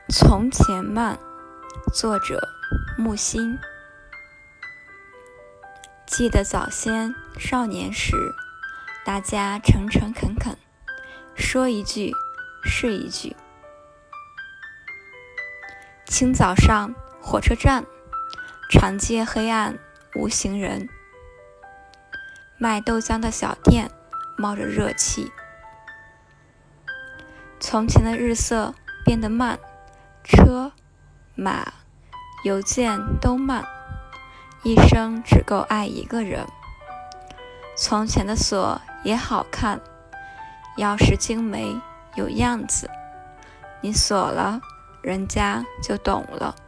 从前慢，作者木心。记得早先少年时，大家诚诚恳恳，说一句是一句。清早上火车站，长街黑暗无行人，卖豆浆的小店冒着热气。从前的日色变得慢，车马邮件都慢，一生只够爱一个人。从前的锁也好看，钥匙精美有样子，你锁了，人家就懂了。